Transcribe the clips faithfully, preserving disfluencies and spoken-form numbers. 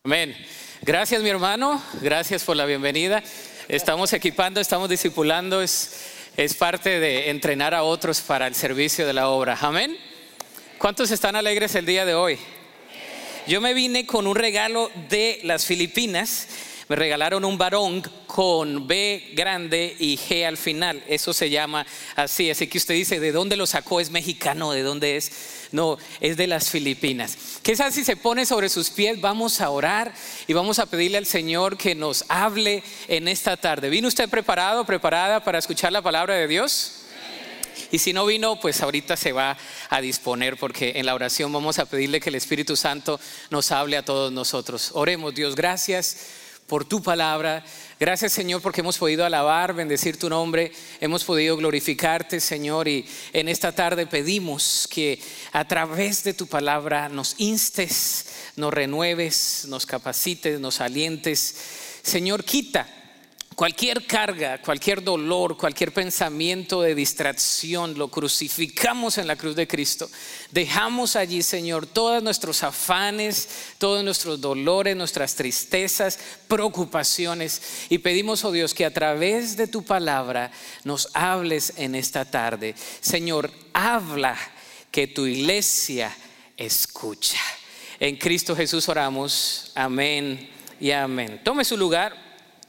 Amén. Gracias, mi hermano. Gracias por la bienvenida. Estamos equipando, estamos discipulando. Es, es parte de entrenar a otros para el servicio de la obra. Amén. ¿Cuántos están alegres el día de hoy? Yo me vine con un regalo de las Filipinas. Me regalaron un varón con B grande y G al final. Eso se llama así. Así que usted dice, ¿de dónde lo sacó? ¿Es mexicano? ¿De dónde es? No, es de las Filipinas. ¿Qué tal si se pone sobre sus pies? Vamos a orar y vamos a pedirle al Señor que nos hable en esta tarde. ¿Vino usted preparado, preparada para escuchar la palabra de Dios? Y si no vino, pues ahorita se va a disponer, porque en la oración vamos a pedirle que el Espíritu Santo nos hable a todos nosotros. Oremos. Dios, gracias por tu palabra. Gracias, Señor, porque hemos podido alabar, bendecir tu nombre, hemos podido glorificarte, Señor, y en esta tarde pedimos que a través de tu palabra nos instes, nos renueves, nos capacites, nos alientes. Señor, quita cualquier carga, cualquier dolor, cualquier pensamiento de distracción. Lo crucificamos en la cruz de Cristo. Dejamos allí, Señor, todos nuestros afanes, todos nuestros dolores, nuestras tristezas, preocupaciones. Y pedimos, oh Dios, que a través de tu palabra nos hables en esta tarde. Señor, habla, que tu iglesia escucha. En Cristo Jesús oramos. Amén y amén. Tome su lugar.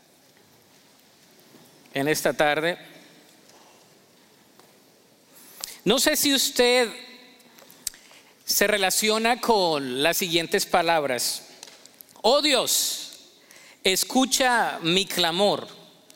En esta tarde, no sé si usted se relaciona con las siguientes palabras: oh Dios, escucha mi clamor,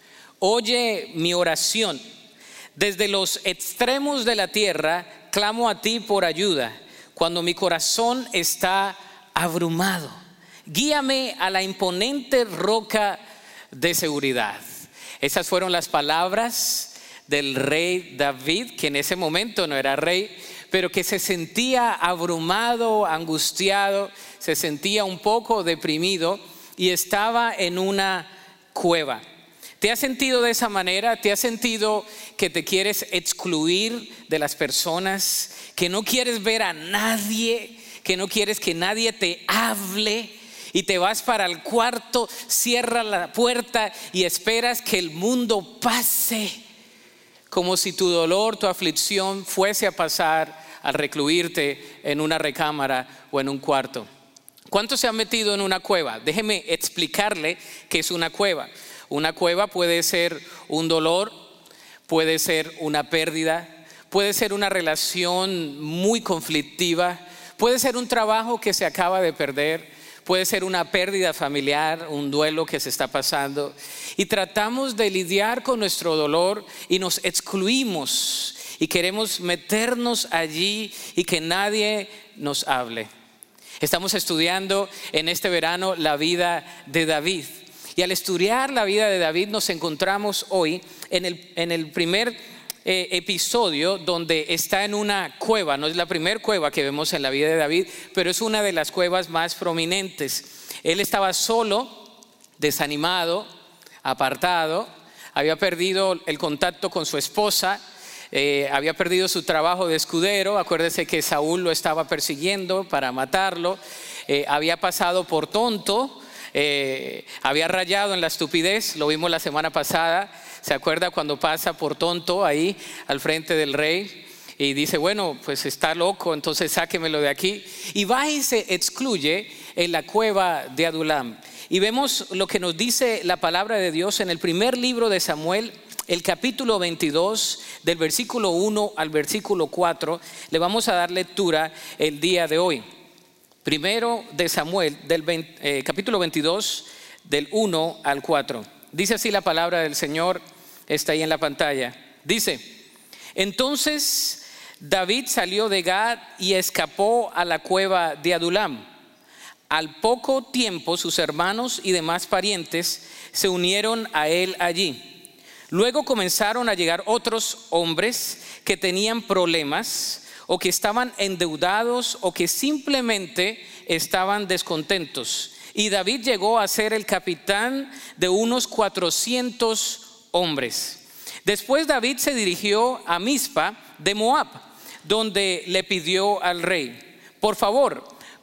oye mi oración. Desde los extremos de la tierra clamo a ti por ayuda, cuando mi corazón está abrumado. Guíame a la imponente roca de seguridad. Esas fueron las palabras del rey David, que en ese momento no era rey, pero que se sentía abrumado, angustiado, se sentía un poco deprimido y estaba en una cueva. ¿Te has sentido de esa manera? ¿Te has sentido que te quieres excluir de las personas, que no quieres ver a nadie, que no quieres que nadie te hable? Y te vas para el cuarto, cierras la puerta y esperas que el mundo pase, como si tu dolor, tu aflicción fuese a pasar al recluirte en una recámara o en un cuarto. ¿Cuántos se han metido en una cueva? Déjeme explicarle qué es una cueva. Una cueva puede ser un dolor, puede ser una pérdida, puede ser una relación muy conflictiva, puede ser un trabajo que se acaba de perder, puede ser una pérdida familiar, un duelo que se está pasando, y tratamos de lidiar con nuestro dolor y nos excluimos y queremos meternos allí y que nadie nos hable. Estamos estudiando en este verano la vida de David, y al estudiar la vida de David nos encontramos hoy en el, en el primer Eh, episodio donde está en una cueva. No es la primera cueva que vemos en la vida de David, pero es una de las cuevas más prominentes. Él estaba solo, desanimado, apartado, había perdido el contacto con su esposa, eh, había perdido su trabajo de escudero. Acuérdese que Saúl lo estaba persiguiendo para matarlo, eh, había pasado por tonto, eh, había rayado en la estupidez, lo vimos la semana pasada. ¿Se acuerda cuando pasa por tonto ahí al frente del rey y dice, bueno, pues está loco, entonces sáquemelo de aquí? Y va y se excluye en la cueva de Adulam. Y vemos lo que nos dice la palabra de Dios en el primer libro de Samuel, el capítulo veintidós, del versículo uno al versículo cuatro. Le vamos a dar lectura el día de hoy. Primero de Samuel, del veinte, eh, capítulo veintidós, del uno al cuatro. Dice así la palabra del Señor, está ahí en la pantalla. Dice: entonces David salió de Gad y escapó a la cueva de Adulam. Al poco tiempo sus hermanos y demás parientes se unieron a él allí. Luego comenzaron a llegar otros hombres que tenían problemas, o que estaban endeudados, o que simplemente estaban descontentos. Y David llegó a ser el capitán de unos cuatrocientos hombres. Después David se dirigió a Mizpa de Moab, donde le pidió al rey: por favor,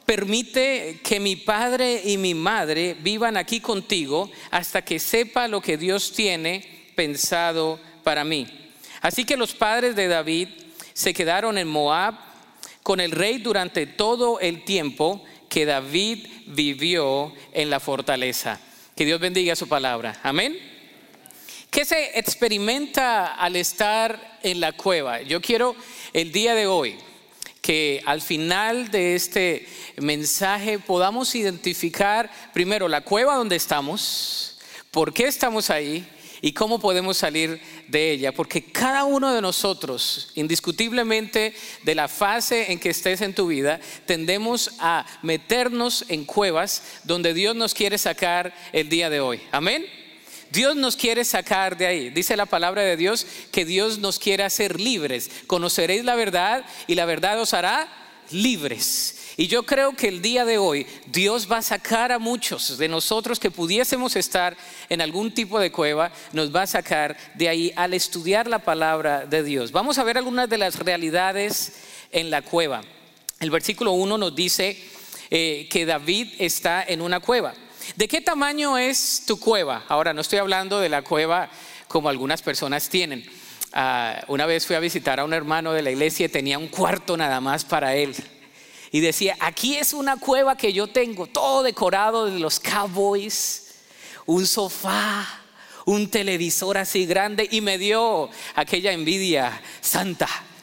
permite que mi padre y mi madre vivan aquí contigo hasta que sepa lo que Dios tiene pensado para mí. Así que los padres de David se quedaron en Moab con el rey durante todo el tiempo que David vivió en la fortaleza. Que Dios bendiga su palabra. Amén. ¿Qué se experimenta al estar en la cueva? Yo quiero el día de hoy que al final de este mensaje podamos identificar primero la cueva donde estamos, por qué estamos ahí y cómo podemos salir de ella. Porque cada uno de nosotros, indiscutiblemente de la fase en que estés en tu vida, tendemos a meternos en cuevas donde Dios nos quiere sacar el día de hoy. Amén. Dios nos quiere sacar de ahí. Dice la palabra de Dios que Dios nos quiere hacer libres. Conoceréis la verdad y la verdad os hará libres. Y yo creo que el día de hoy Dios va a sacar a muchos de nosotros que pudiésemos estar en algún tipo de cueva, nos va a sacar de ahí al estudiar la palabra de Dios. Vamos a ver algunas de las realidades en la cueva. El versículo uno nos dice eh, que David está en una cueva. ¿De qué tamaño es tu cueva? Ahora, no estoy hablando de la cueva como algunas personas tienen. Uh, una vez fui a visitar a un hermano de la iglesia y tenía un cuarto nada más para él. Y decía, aquí es una cueva que yo tengo, todo decorado de los Cowboys, un sofá, un televisor así grande, y me dio aquella envidia santa.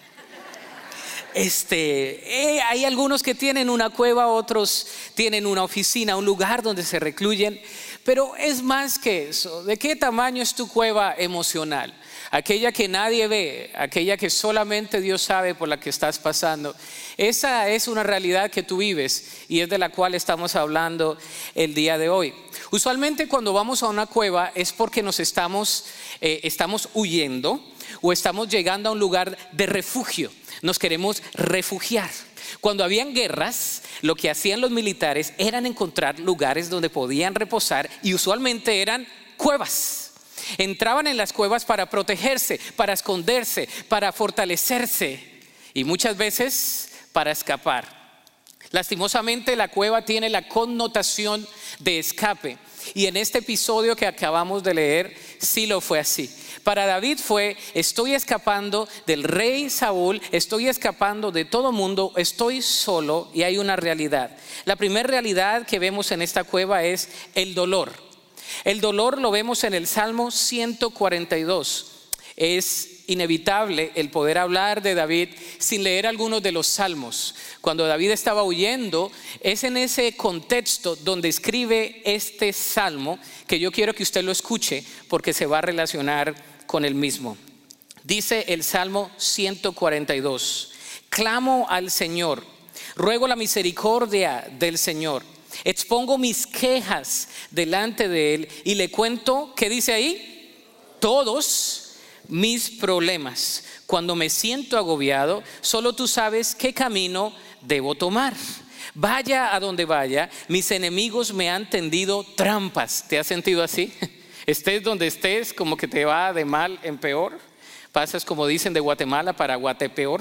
Este, eh, hay algunos que tienen una cueva, otros tienen una oficina, un lugar donde se recluyen, pero es más que eso. ¿De qué tamaño es tu cueva emocional? Aquella que nadie ve, aquella que solamente Dios sabe por la que estás pasando. Esa es una realidad que tú vives y es de la cual estamos hablando el día de hoy. Usualmente cuando vamos a una cueva es porque nos estamos, eh, estamos huyendo o estamos llegando a un lugar de refugio. Nos queremos refugiar. Cuando habían guerras, lo que hacían los militares eran encontrar lugares donde podían reposar y usualmente eran cuevas. Entraban en las cuevas para protegerse, para esconderse, para fortalecerse y muchas veces para escapar. Lastimosamente la cueva tiene la connotación de escape y en este episodio que acabamos de leer sí lo fue así. Para David fue: estoy escapando del rey Saúl, estoy escapando de todo mundo, estoy solo y hay una realidad. La primera realidad que vemos en esta cueva es el dolor. El dolor lo vemos en el Salmo ciento cuarenta y dos. Es inevitable el poder hablar de David sin leer algunos de los salmos. Cuando David estaba huyendo, es en ese contexto donde escribe este salmo que yo quiero que usted lo escuche porque se va a relacionar con el mismo. Dice el Salmo ciento cuarenta y dos: clamo al Señor, ruego la misericordia del Señor. Expongo mis quejas delante de Él y le cuento, ¿qué dice ahí? Todos mis problemas. Cuando me siento agobiado, solo tú sabes qué camino debo tomar. Vaya a donde vaya, mis enemigos me han tendido trampas. ¿Te has sentido así? Estés donde estés, como que te va de mal en peor. Pasas, como dicen, de Guatemala para Guatepeor.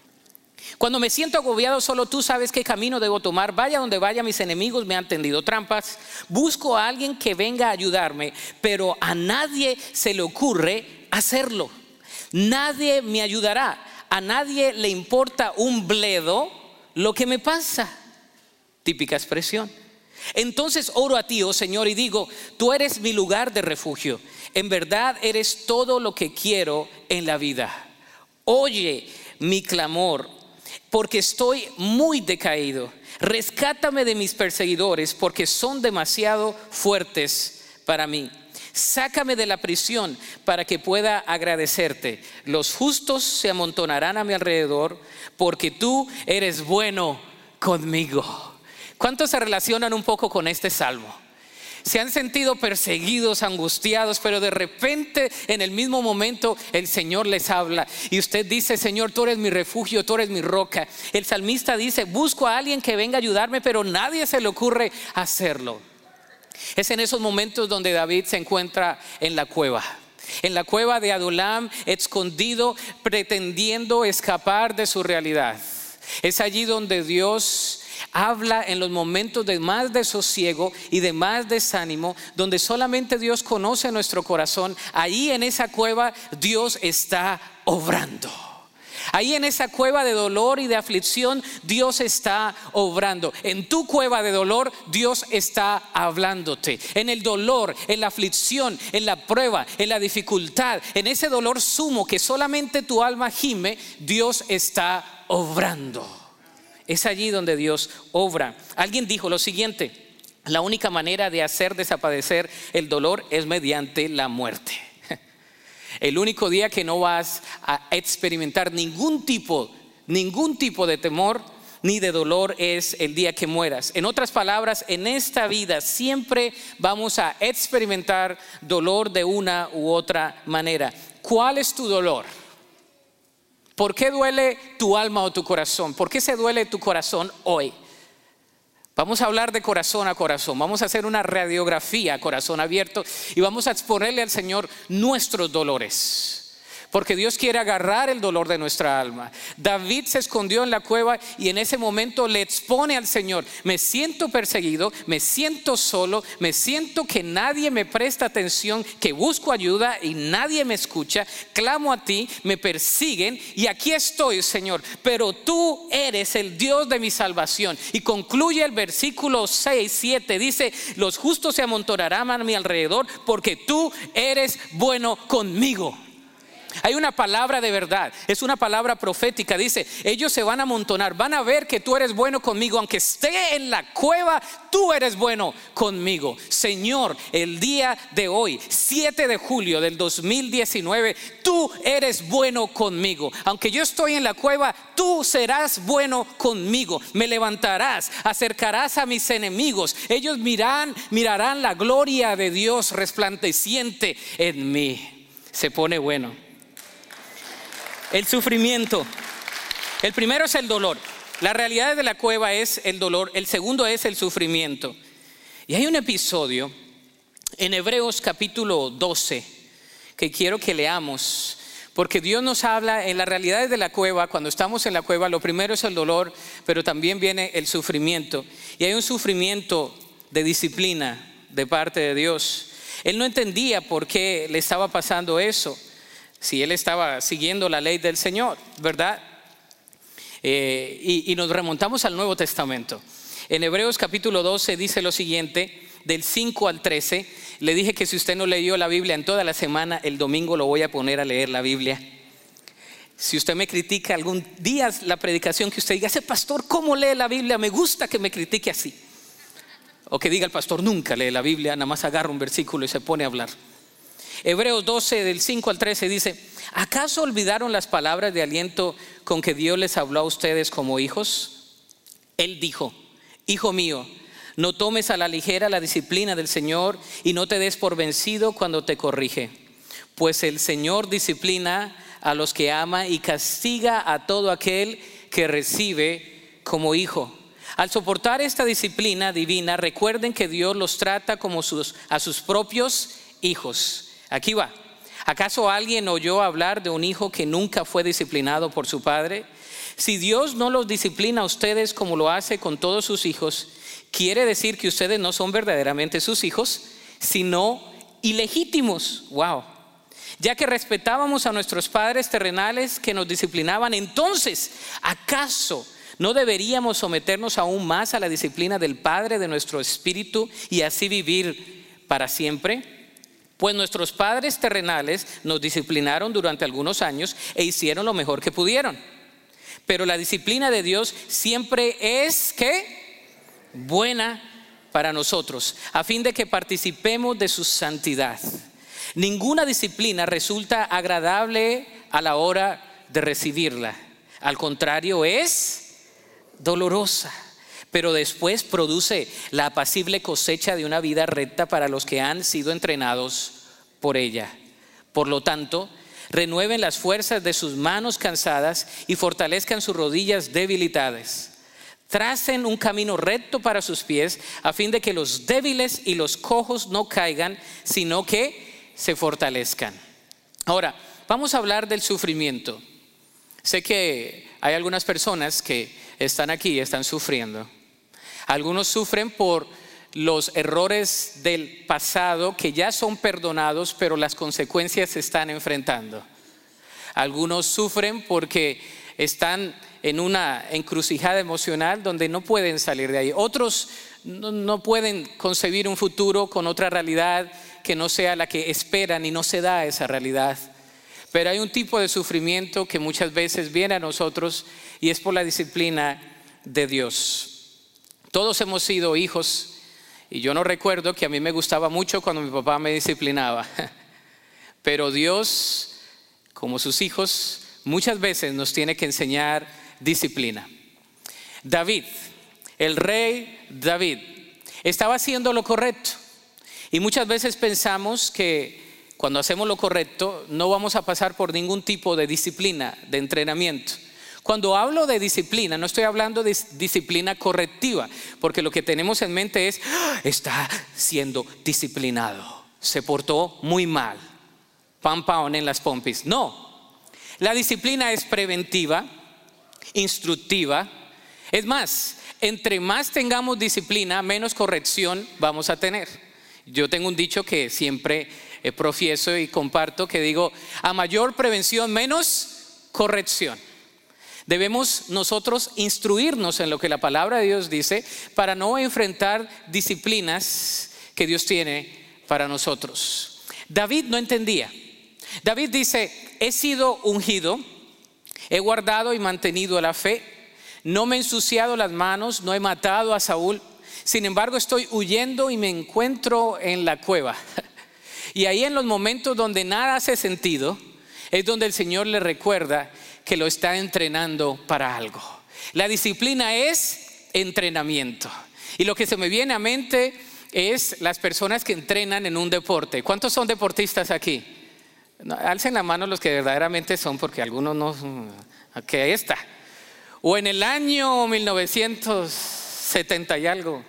Cuando me siento agobiado, solo tú sabes qué camino debo tomar. Vaya donde vaya, mis enemigos me han tendido trampas. Busco a alguien que venga a ayudarme, pero a nadie se le ocurre hacerlo. Nadie me ayudará. A nadie le importa un bledo lo que me pasa. Típica expresión. Entonces oro a ti, oh Señor, y digo: tú eres mi lugar de refugio. En verdad eres todo lo que quiero en la vida. Oye mi clamor, porque estoy muy decaído. Rescátame de mis perseguidores, porque son demasiado fuertes para mí. Sácame de la prisión para que pueda agradecerte. Los justos se amontonarán a mi alrededor, porque tú eres bueno conmigo. ¿Cuántos se relacionan un poco con este salmo? Se han sentido perseguidos, angustiados, pero de repente en el mismo momento el Señor les habla y usted dice: Señor, tú eres mi refugio, tú eres mi roca. El salmista dice: busco a alguien que venga a ayudarme, pero nadie se le ocurre hacerlo. Es en esos momentos donde David se encuentra en la cueva. En la cueva de Adulam, escondido, pretendiendo escapar de su realidad. Es allí donde Dios Habla en los momentos de más desosiego y de más desánimo, donde solamente Dios conoce nuestro corazón. Ahí en esa cueva Dios está obrando. Ahí en esa cueva de dolor y de aflicción Dios está obrando. En tu cueva de dolor Dios está hablándote. En el dolor, en la aflicción, en la prueba, en la dificultad, en ese dolor sumo que solamente tu alma gime, Dios está obrando. Es allí donde Dios obra. Alguien dijo lo siguiente: la única manera de hacer desaparecer el dolor es mediante la muerte. El único día que no vas a experimentar ningún tipo, ningún tipo de temor ni de dolor es el día que mueras. En otras palabras, en esta vida siempre vamos a experimentar dolor de una u otra manera. ¿Cuál es tu dolor? ¿Por qué duele tu alma o tu corazón? ¿Por qué se duele tu corazón hoy? Vamos a hablar de corazón a corazón. Vamos a hacer una radiografía a corazón abierto y vamos a exponerle al Señor nuestros dolores. Porque Dios quiere agarrar el dolor de nuestra alma. David se escondió en la cueva y en ese momento le expone al Señor: me siento perseguido, me siento solo, me siento que nadie me presta atención, que busco ayuda y nadie me escucha. Clamo a ti, me persiguen y aquí estoy, Señor, pero tú eres el Dios de mi salvación. Y concluye el versículo seis, siete, dice: los justos se amontonarán a mi alrededor porque tú eres bueno conmigo. Hay una palabra de verdad, es una palabra profética. Dice: ellos se van a amontonar, van a ver que tú eres bueno conmigo. Aunque esté en la cueva, tú eres bueno conmigo. Señor, el día de hoy, siete de julio del dos mil diecinueve, tú eres bueno conmigo. Aunque yo estoy en la cueva, tú serás bueno conmigo. Me levantarás, acercarás a mis enemigos. Ellos mirarán, mirarán la gloria de Dios resplandeciente en mí. Se pone bueno. El sufrimiento. El primero es el dolor. La realidad de la cueva es el dolor. El segundo es el sufrimiento. Y hay un episodio en Hebreos capítulo doce que quiero que leamos, porque Dios nos habla en las realidades de la cueva. Cuando estamos en la cueva, lo primero es el dolor, pero también viene el sufrimiento. Y hay un sufrimiento de disciplina de parte de Dios. Él no entendía por qué le estaba pasando eso, si él estaba siguiendo la ley del Señor, ¿verdad? Eh, y, y nos remontamos al Nuevo Testamento. En Hebreos capítulo doce dice lo siguiente, del cinco al trece. Le dije que si usted no leyó la Biblia en toda la semana, el domingo lo voy a poner a leer la Biblia. Si usted me critica algún día la predicación, que usted diga: ese pastor, ¿cómo lee la Biblia? Me gusta que me critique así. O que diga: el pastor nunca lee la Biblia, nada más agarra un versículo y se pone a hablar. Hebreos doce del cinco al trece dice: ¿acaso olvidaron las palabras de aliento con que Dios les habló a ustedes como hijos? Él dijo: hijo mío, no tomes a la ligera la disciplina del Señor y no te des por vencido cuando te corrige, pues el Señor disciplina a los que ama y castiga a todo aquel que recibe como hijo. Al soportar esta disciplina divina, recuerden que Dios los trata como sus, a sus propios hijos. Aquí va. ¿Acaso alguien oyó hablar de un hijo que nunca fue disciplinado por su padre? Si Dios no los disciplina a ustedes como lo hace con todos sus hijos, quiere decir que ustedes no son verdaderamente sus hijos, sino ilegítimos. Wow. Ya que respetábamos a nuestros padres terrenales que nos disciplinaban, entonces, ¿acaso no deberíamos someternos aún más a la disciplina del Padre de nuestro espíritu y así vivir para siempre? Pues nuestros padres terrenales nos disciplinaron durante algunos años e hicieron lo mejor que pudieron. Pero la disciplina de Dios siempre es ¿qué? Buena para nosotros, a fin de que participemos de su santidad. Ninguna disciplina resulta agradable a la hora de recibirla. Al contrario, es dolorosa, pero después produce la apacible cosecha de una vida recta para los que han sido entrenados por ella. Por lo tanto, renueven las fuerzas de sus manos cansadas y fortalezcan sus rodillas debilitadas. Tracen un camino recto para sus pies, a fin de que los débiles y los cojos no caigan, sino que se fortalezcan. Ahora, vamos a hablar del sufrimiento. Sé que hay algunas personas que están aquí y están sufriendo. Algunos sufren por los errores del pasado que ya son perdonados, pero las consecuencias se están enfrentando. Algunos sufren porque están en una encrucijada emocional donde no pueden salir de ahí. Otros no, no pueden concebir un futuro con otra realidad que no sea la que esperan y no se da esa realidad. Pero hay un tipo de sufrimiento que muchas veces viene a nosotros y es por la disciplina de Dios. Todos hemos sido hijos y yo no recuerdo que a mí me gustaba mucho cuando mi papá me disciplinaba. Pero Dios, como sus hijos, muchas veces nos tiene que enseñar disciplina. David, el rey David, estaba haciendo lo correcto. Y muchas veces pensamos que cuando hacemos lo correcto no vamos a pasar por ningún tipo de disciplina, de entrenamiento. Cuando hablo de disciplina, no estoy hablando de disciplina correctiva, porque lo que tenemos en mente es, ¡ah! Está siendo disciplinado, se portó muy mal, pam pam en las pompis. No, la disciplina es preventiva, instructiva. Es más, entre más tengamos disciplina, menos corrección vamos a tener. Yo tengo un dicho que siempre eh, profieso y comparto, que digo: a mayor prevención, menos corrección. Debemos nosotros instruirnos en lo que la palabra de Dios dice para no enfrentar disciplinas que Dios tiene para nosotros. David no entendía. David dice: he sido ungido, he guardado y mantenido la fe, no me he ensuciado las manos, no he matado a Saúl. Sin embargo, estoy huyendo y me encuentro en la cueva. Y ahí, en los momentos donde nada hace sentido, es donde el Señor le recuerda que lo está entrenando para algo. La disciplina es entrenamiento. Y lo que se me viene a mente es las personas que entrenan en un deporte. ¿Cuántos son deportistas aquí? No, alcen la mano los que verdaderamente son, porque algunos no. Aquí está. O en el año mil novecientos setenta y algo,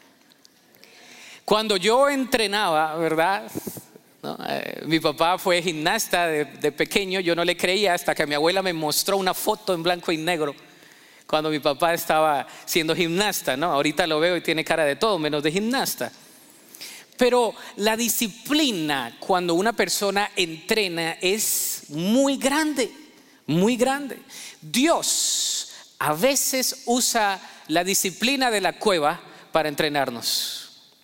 cuando yo entrenaba, ¿verdad? ¿No? Eh, mi papá fue gimnasta de, de pequeño. Yo no le creía hasta que mi abuela me mostró una foto en blanco y negro cuando mi papá estaba siendo gimnasta, ¿no? Ahorita lo veo y tiene cara de todo menos de gimnasta. Pero la disciplina, cuando una persona entrena, es muy grande, muy grande. Dios a veces usa la disciplina de la cueva para entrenarnos.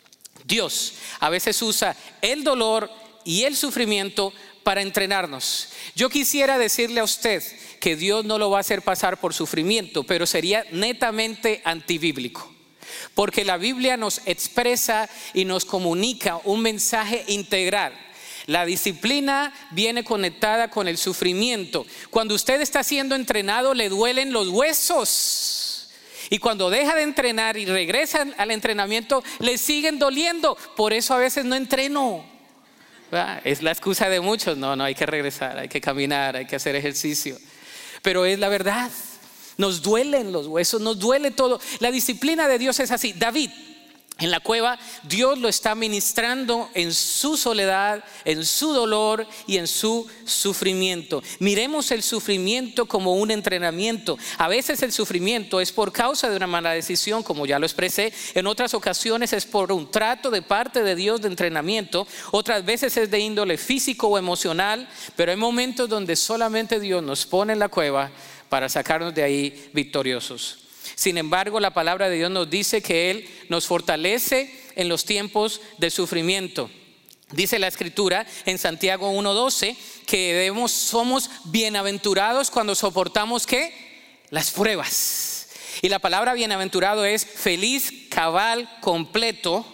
Dios a veces usa el dolor y el sufrimiento para entrenarnos. Yo quisiera decirle a usted que Dios no lo va a hacer pasar por sufrimiento, pero sería netamente antibíblico. Porque la Biblia nos expresa y nos comunica un mensaje integral. La disciplina viene conectada con el sufrimiento. Cuando usted está siendo entrenado, le duelen los huesos. Y cuando deja de entrenar y regresa al entrenamiento, le siguen doliendo. Por eso a veces no entreno. ¿Verdad? Es la excusa de muchos. No, no, hay que regresar, hay que caminar, hay que hacer ejercicio. Pero es la verdad. Nos duelen los huesos, nos duele todo. La disciplina de Dios es así. David, en la cueva, Dios lo está ministrando en su soledad, en su dolor y en su sufrimiento. Miremos el sufrimiento como un entrenamiento. A veces el sufrimiento es por causa de una mala decisión, como ya lo expresé. En otras ocasiones es por un trato de parte de Dios de entrenamiento. Otras veces es de índole físico o emocional. Pero hay momentos donde solamente Dios nos pone en la cueva para sacarnos de ahí victoriosos. Sin embargo, la palabra de Dios nos dice que Él nos fortalece en los tiempos de sufrimiento. Dice la Escritura en Santiago uno doce que debemos, somos bienaventurados cuando soportamos ¿qué? Las pruebas. Y la palabra bienaventurado es feliz, cabal, completo,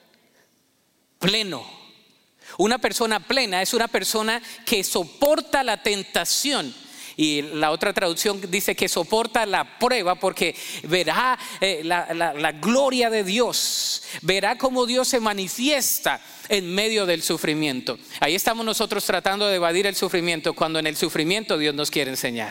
pleno. Una persona plena es una persona que soporta la tentación. Y la otra traducción dice que soporta la prueba porque verá eh, la, la, la gloria de Dios, verá cómo Dios se manifiesta en medio del sufrimiento. Ahí estamos nosotros tratando de evadir el sufrimiento, cuando en el sufrimiento Dios nos quiere enseñar.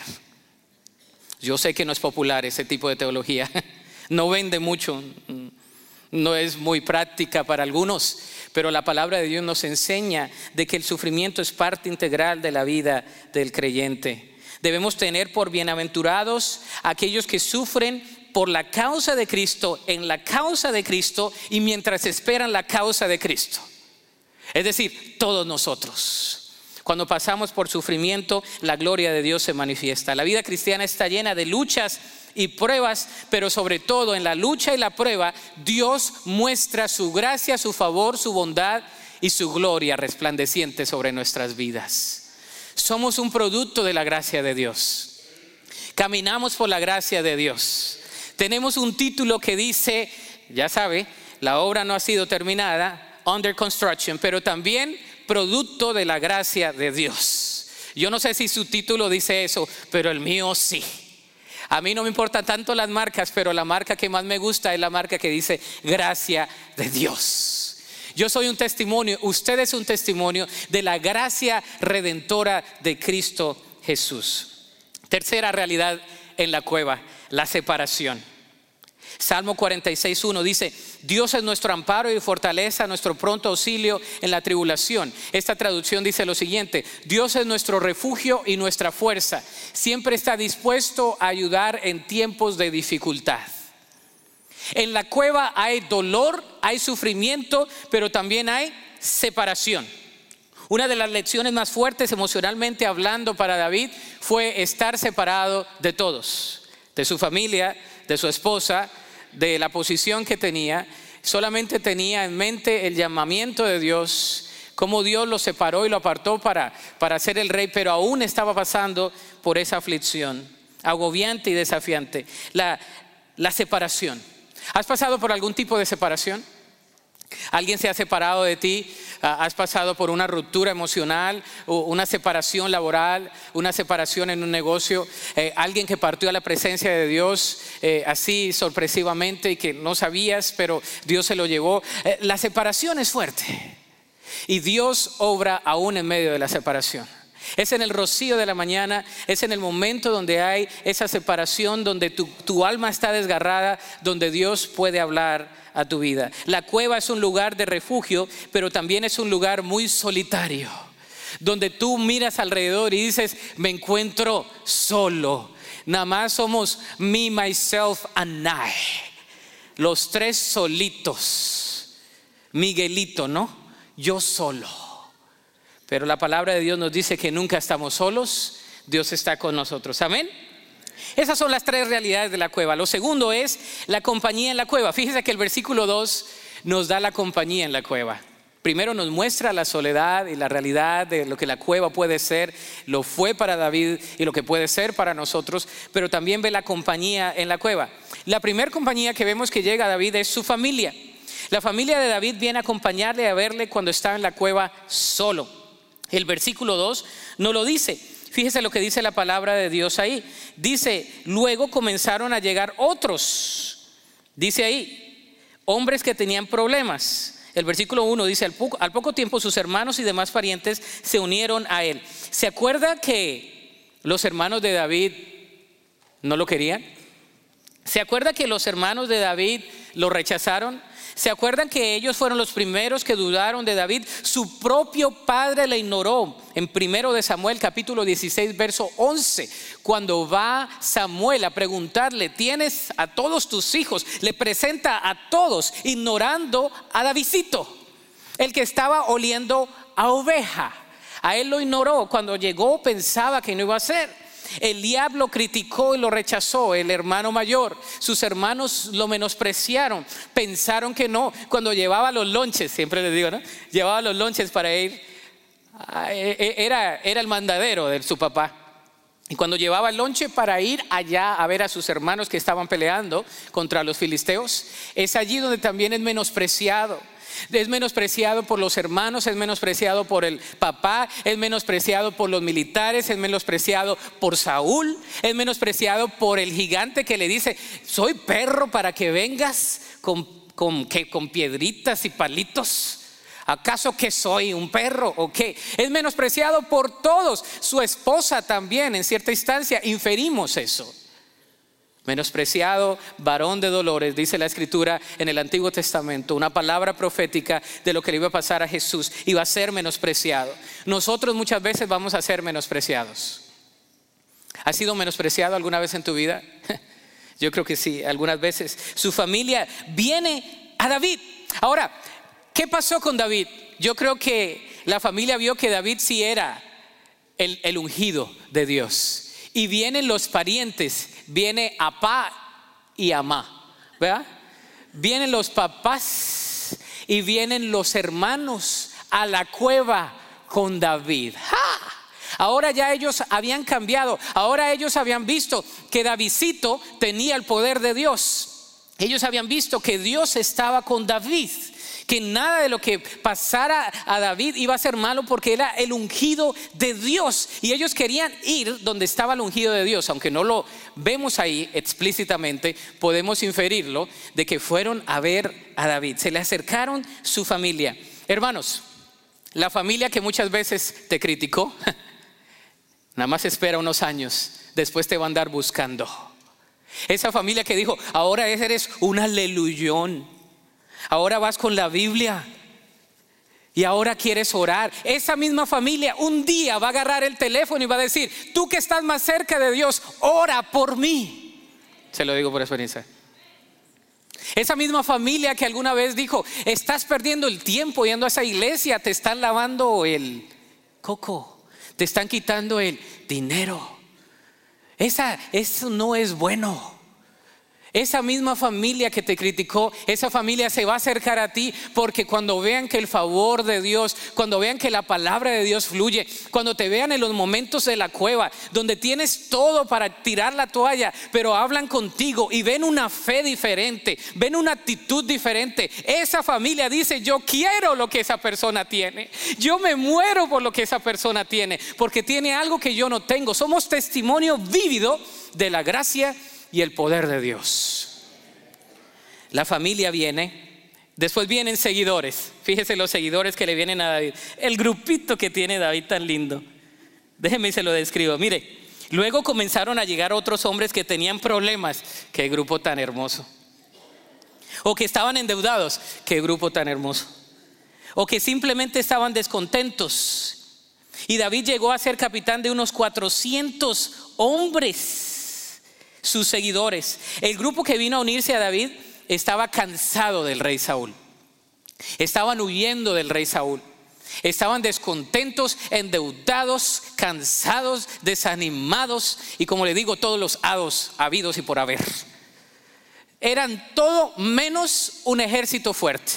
Yo sé que no es popular ese tipo de teología, no vende mucho, no es muy práctica para algunos, pero la palabra de Dios nos enseña de que el sufrimiento es parte integral de la vida del creyente. Debemos tener por bienaventurados aquellos que sufren por la causa de Cristo, en la causa de Cristo y mientras esperan la causa de Cristo. Es decir, todos nosotros. Cuando pasamos por sufrimiento, la gloria de Dios se manifiesta. La vida cristiana está llena de luchas y pruebas, pero sobre todo en la lucha y la prueba, Dios muestra su gracia, su favor, su bondad y su gloria resplandeciente sobre nuestras vidas. Somos un producto de la gracia de Dios. Caminamos por la gracia de Dios. Tenemos un título que dice, ya sabe, la obra no ha sido terminada, under construction, pero también producto de la gracia de Dios. Yo no sé si su título dice eso, pero el mío sí. A mí no me importan tanto las marcas, pero la marca que más me gusta es la marca que dice gracia de Dios. Yo soy un testimonio, usted es un testimonio de la gracia redentora de Cristo Jesús. Tercera realidad en la cueva, la separación. Salmo cuarenta y seis uno dice: Dios es nuestro amparo y fortaleza, nuestro pronto auxilio en la tribulación. Esta traducción dice lo siguiente: Dios es nuestro refugio y nuestra fuerza, siempre está dispuesto a ayudar en tiempos de dificultad. En la cueva hay dolor, hay sufrimiento, pero también hay separación. Una de las lecciones más fuertes emocionalmente hablando para David fue estar separado de todos, de su familia, de su esposa, de la posición que tenía. Solamente tenía en mente el llamamiento de Dios, cómo Dios lo separó y lo apartó para, para ser el rey, pero aún estaba pasando por esa aflicción agobiante y desafiante, la, la separación. ¿Has pasado por algún tipo de separación? ¿Alguien se ha separado de ti? ¿Has pasado por una ruptura emocional, una separación laboral, una separación en un negocio? Eh, alguien que partió a la presencia de Dios eh, así sorpresivamente y que no sabías, pero Dios se lo llevó. Eh, la separación es fuerte y Dios obra aún en medio de la separación. Es en el rocío de la mañana, es en el momento donde hay esa separación, donde tu, tu alma está desgarrada, donde Dios puede hablar a tu vida. La cueva es un lugar de refugio, pero también es un lugar muy solitario, donde tú miras alrededor y dices: me encuentro solo. Nada más somos me, myself and I. Los tres solitos. Miguelito, ¿no? Yo solo. Pero la palabra de Dios nos dice que nunca estamos solos. Dios está con nosotros. Amén. Esas son las tres realidades de la cueva. Lo segundo es la compañía en la cueva. Fíjese que el versículo dos nos da la compañía en la cueva. Primero nos muestra la soledad y la realidad de lo que la cueva puede ser. Lo fue para David y lo que puede ser para nosotros. Pero también ve la compañía en la cueva. La primera compañía que vemos que llega a David es su familia. La familia de David viene a acompañarle, a verle cuando estaba en la cueva solo. El versículo dos no lo dice. Fíjese lo que dice la palabra de Dios ahí. Dice: luego comenzaron a llegar otros. Dice ahí, hombres que tenían problemas. El versículo uno dice: al poco, al poco tiempo sus hermanos y demás parientes se unieron a él. ¿Se acuerda que los hermanos de David no lo querían? ¿Se acuerda que los hermanos de David lo rechazaron? ¿Se acuerdan que ellos fueron los primeros que dudaron de David? Su propio padre le ignoró. En primero de Samuel capítulo dieciséis verso once, cuando va Samuel a preguntarle: ¿tienes a todos tus hijos? Le presenta a todos, ignorando a Davidcito, el que estaba oliendo a oveja. A él lo ignoró. Cuando llegó pensaba que no iba a ser. El diablo criticó y lo rechazó, el hermano mayor. Sus hermanos lo menospreciaron, pensaron que no. Cuando llevaba los lonches, siempre les digo, ¿no? Llevaba los lonches para ir, era, era el mandadero de su papá. Y cuando llevaba el lonche para ir allá a ver a sus hermanos que estaban peleando contra los filisteos, es allí donde también es menospreciado. Es menospreciado por los hermanos, es menospreciado por el papá, es menospreciado por los militares, es menospreciado por Saúl, es menospreciado por el gigante que le dice: soy perro para que vengas con, con, ¿qué? Con piedritas y palitos. ¿Acaso que soy un perro o qué? Es menospreciado por todos. Su esposa también, en cierta instancia, inferimos eso. Menospreciado, varón de dolores, dice la escritura en el Antiguo Testamento, una palabra profética de lo que le iba a pasar a Jesús. Iba a ser menospreciado. Nosotros muchas veces vamos a ser menospreciados. ¿Has sido menospreciado alguna vez en tu vida? Yo creo que sí, algunas veces. Su familia viene a David. Ahora, ¿qué pasó con David? Yo creo que la familia vio que David sí era el, el ungido de Dios. Y vienen los parientes, viene Apá y Amá, ¿verdad? Vienen los papás y vienen los hermanos a la cueva con David. ¡Ja! Ahora ya ellos habían cambiado. Ahora ellos habían visto que Davidcito tenía el poder de Dios. Ellos habían visto que Dios estaba con David, que nada de lo que pasara a David iba a ser malo porque era el ungido de Dios. Y ellos querían ir donde estaba el ungido de Dios. Aunque no lo vemos ahí explícitamente, podemos inferirlo de que fueron a ver a David. Se le acercaron su familia. Hermanos, la familia que muchas veces te criticó, nada más espera unos años, después te va a andar buscando. Esa familia que dijo, ahora eres un aleluyón, ahora vas con la Biblia y ahora quieres orar. Esa misma familia un día va a agarrar el teléfono y va a decir, tú que estás más cerca de Dios, ora por mí. Se lo digo por experiencia. Esa misma familia que alguna vez dijo, estás perdiendo el tiempo yendo a esa iglesia, te están lavando el coco, te están quitando el dinero. Esa, eso no es bueno. Esa misma familia que te criticó, esa familia se va a acercar a ti porque cuando vean que el favor de Dios, cuando vean que la palabra de Dios fluye, cuando te vean en los momentos de la cueva donde tienes todo para tirar la toalla, pero hablan contigo y ven una fe diferente, ven una actitud diferente, esa familia dice, yo quiero lo que esa persona tiene, yo me muero por lo que esa persona tiene, porque tiene algo que yo no tengo. Somos testimonio vívido de la gracia y el poder de Dios. La familia viene, después vienen seguidores. Fíjese los seguidores que le vienen a David, el grupito que tiene David tan lindo. Déjeme y se lo describo. Mire, luego comenzaron a llegar otros hombres que tenían problemas. Qué grupo tan hermoso. O que estaban endeudados. Qué grupo tan hermoso. O que simplemente estaban descontentos. Y David llegó a ser capitán de unos cuatrocientos hombres. Sus seguidores, el grupo que vino a unirse a David, estaba cansado del rey Saúl. Estaban huyendo del rey Saúl. Estaban descontentos, endeudados, cansados, desanimados y, como le digo, todos los hados habidos y por haber. Eran todo menos un ejército fuerte.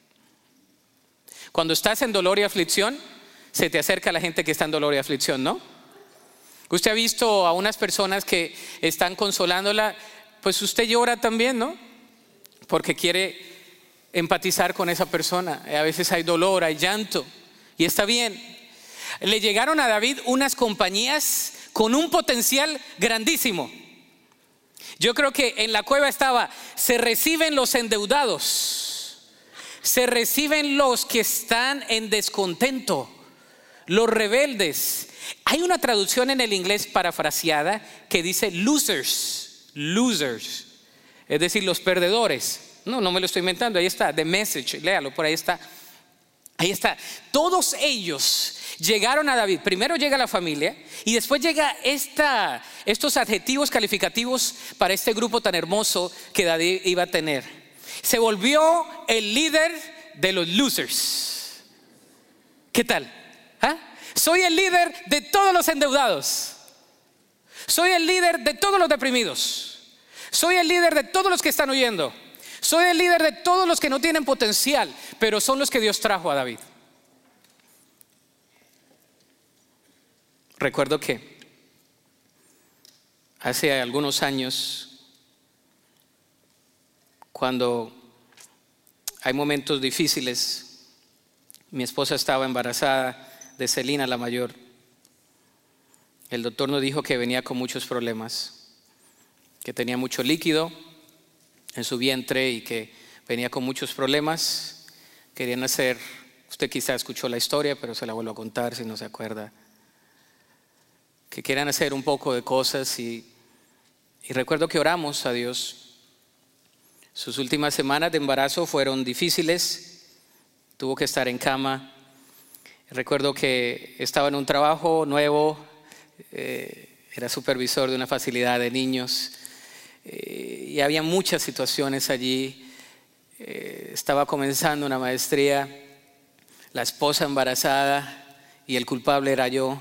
Cuando estás en dolor y aflicción, se te acerca la gente que está en dolor y aflicción, ¿no? Usted ha visto a unas personas que están consolándola, pues usted llora también, ¿no? Porque quiere empatizar con esa persona. A veces hay dolor, hay llanto, y está bien. Le llegaron a David unas compañías con un potencial grandísimo. Yo creo que en la cueva estaba, se reciben los endeudados, se reciben los que están en descontento, los rebeldes. Hay una traducción en el inglés parafraseada que dice losers, losers, es decir, los perdedores. No, no me lo estoy inventando, ahí está, The Message, léalo, por ahí está. Ahí está, todos ellos llegaron a David. Primero llega la familia y después llega esta, estos adjetivos calificativos para este grupo tan hermoso que David iba a tener. Se volvió el líder de los losers. ¿Qué tal? ¿Ah? Soy el líder de todos los endeudados. Soy el líder de todos los deprimidos. Soy el líder de todos los que están huyendo. Soy el líder de todos los que no tienen potencial, pero son los que Dios trajo a David. Recuerdo que hace algunos años, cuando hay momentos difíciles, mi esposa estaba embarazada de Celina, la mayor. El doctor nos dijo que venía con muchos problemas, que tenía mucho líquido en su vientre y que venía con muchos problemas. Querían hacer, usted quizá escuchó la historia, pero se la vuelvo a contar si no se acuerda, que querían hacer un poco de cosas y, y recuerdo que oramos a Dios. Sus últimas semanas de embarazo fueron difíciles, tuvo que estar en cama. Recuerdo que estaba en un trabajo nuevo, eh, era supervisor de una facilidad de niños eh, y había muchas situaciones allí. Eh, estaba comenzando una maestría, la esposa embarazada y el culpable era yo,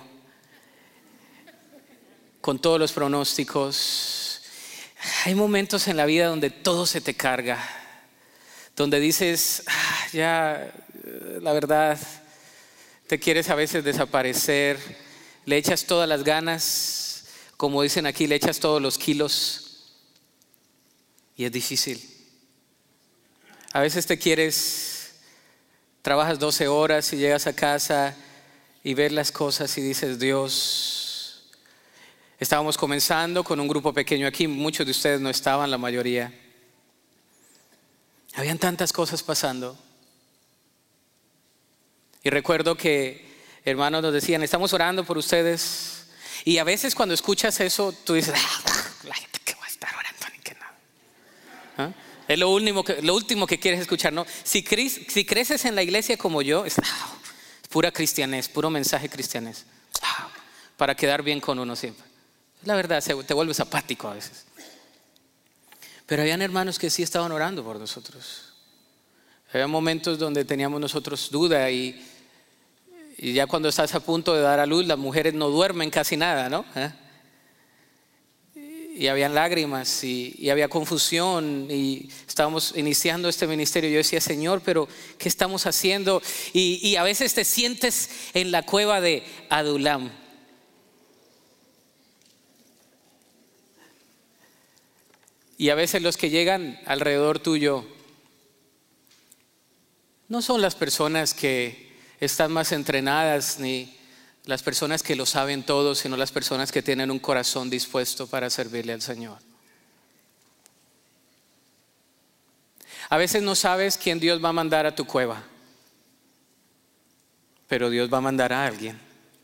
con todos los pronósticos. Hay momentos en la vida donde todo se te carga, donde dices, ah, ya, la verdad, te quieres a veces desaparecer, le echas todas las ganas, como dicen aquí, le echas todos los kilos y es difícil. A veces te quieres, trabajas doce horas y llegas a casa y ves las cosas y dices, Dios, estábamos comenzando con un grupo pequeño aquí, muchos de ustedes no estaban, la mayoría. Habían tantas cosas pasando. Y recuerdo que hermanos nos decían, estamos orando por ustedes. Y a veces cuando escuchas eso, tú dices, ah, la gente que va a estar orando ni que nada. ¿Ah? Es lo último, que, lo último que quieres escuchar, ¿no? Si, cre si creces en la iglesia como yo, es, ah, es pura cristianés, puro mensaje cristianés. Ah, para quedar bien con uno siempre. La verdad, te vuelves apático a veces. Pero habían hermanos que sí estaban orando por nosotros. Había momentos donde teníamos nosotros duda y, y ya cuando estás a punto de dar a luz, las mujeres no duermen casi nada, ¿no? ¿Eh? Y habían lágrimas y, y había confusión y estábamos iniciando este ministerio. Yo decía, Señor, pero ¿qué estamos haciendo? Y, y a veces te sientes en la cueva de Adulam. Y a veces los que llegan alrededor tuyo no son las personas que están más entrenadas ni las personas que lo saben todo, sino las personas que tienen un corazón dispuesto para servirle al Señor. A veces no sabes quién Dios va a mandar a tu cueva, pero Dios va a mandar a alguien.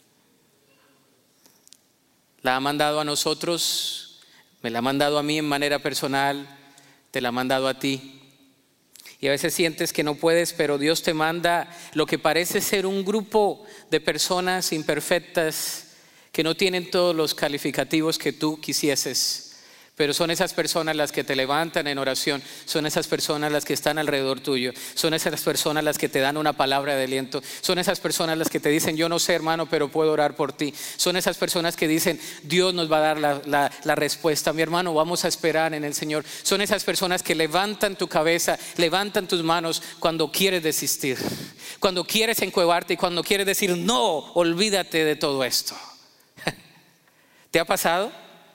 La ha mandado a nosotros. Me la ha mandado a mí en manera personal, te la ha mandado a ti. Y a veces sientes que no puedes, pero Dios te manda lo que parece ser un grupo de personas imperfectas que no tienen todos los calificativos que tú quisieses. Pero son esas personas las que te levantan en oración, son esas personas las que están alrededor tuyo, son esas personas las que te dan una palabra de aliento, son esas personas las que te dicen, yo no sé hermano, pero puedo orar por ti. Son esas personas que dicen, Dios nos va a dar la, la, la respuesta, mi hermano, vamos a esperar en el Señor. Son esas personas que levantan tu cabeza, levantan tus manos cuando quieres desistir, cuando quieres encuevarte y cuando quieres decir, no, olvídate de todo esto. ¿Te ha pasado?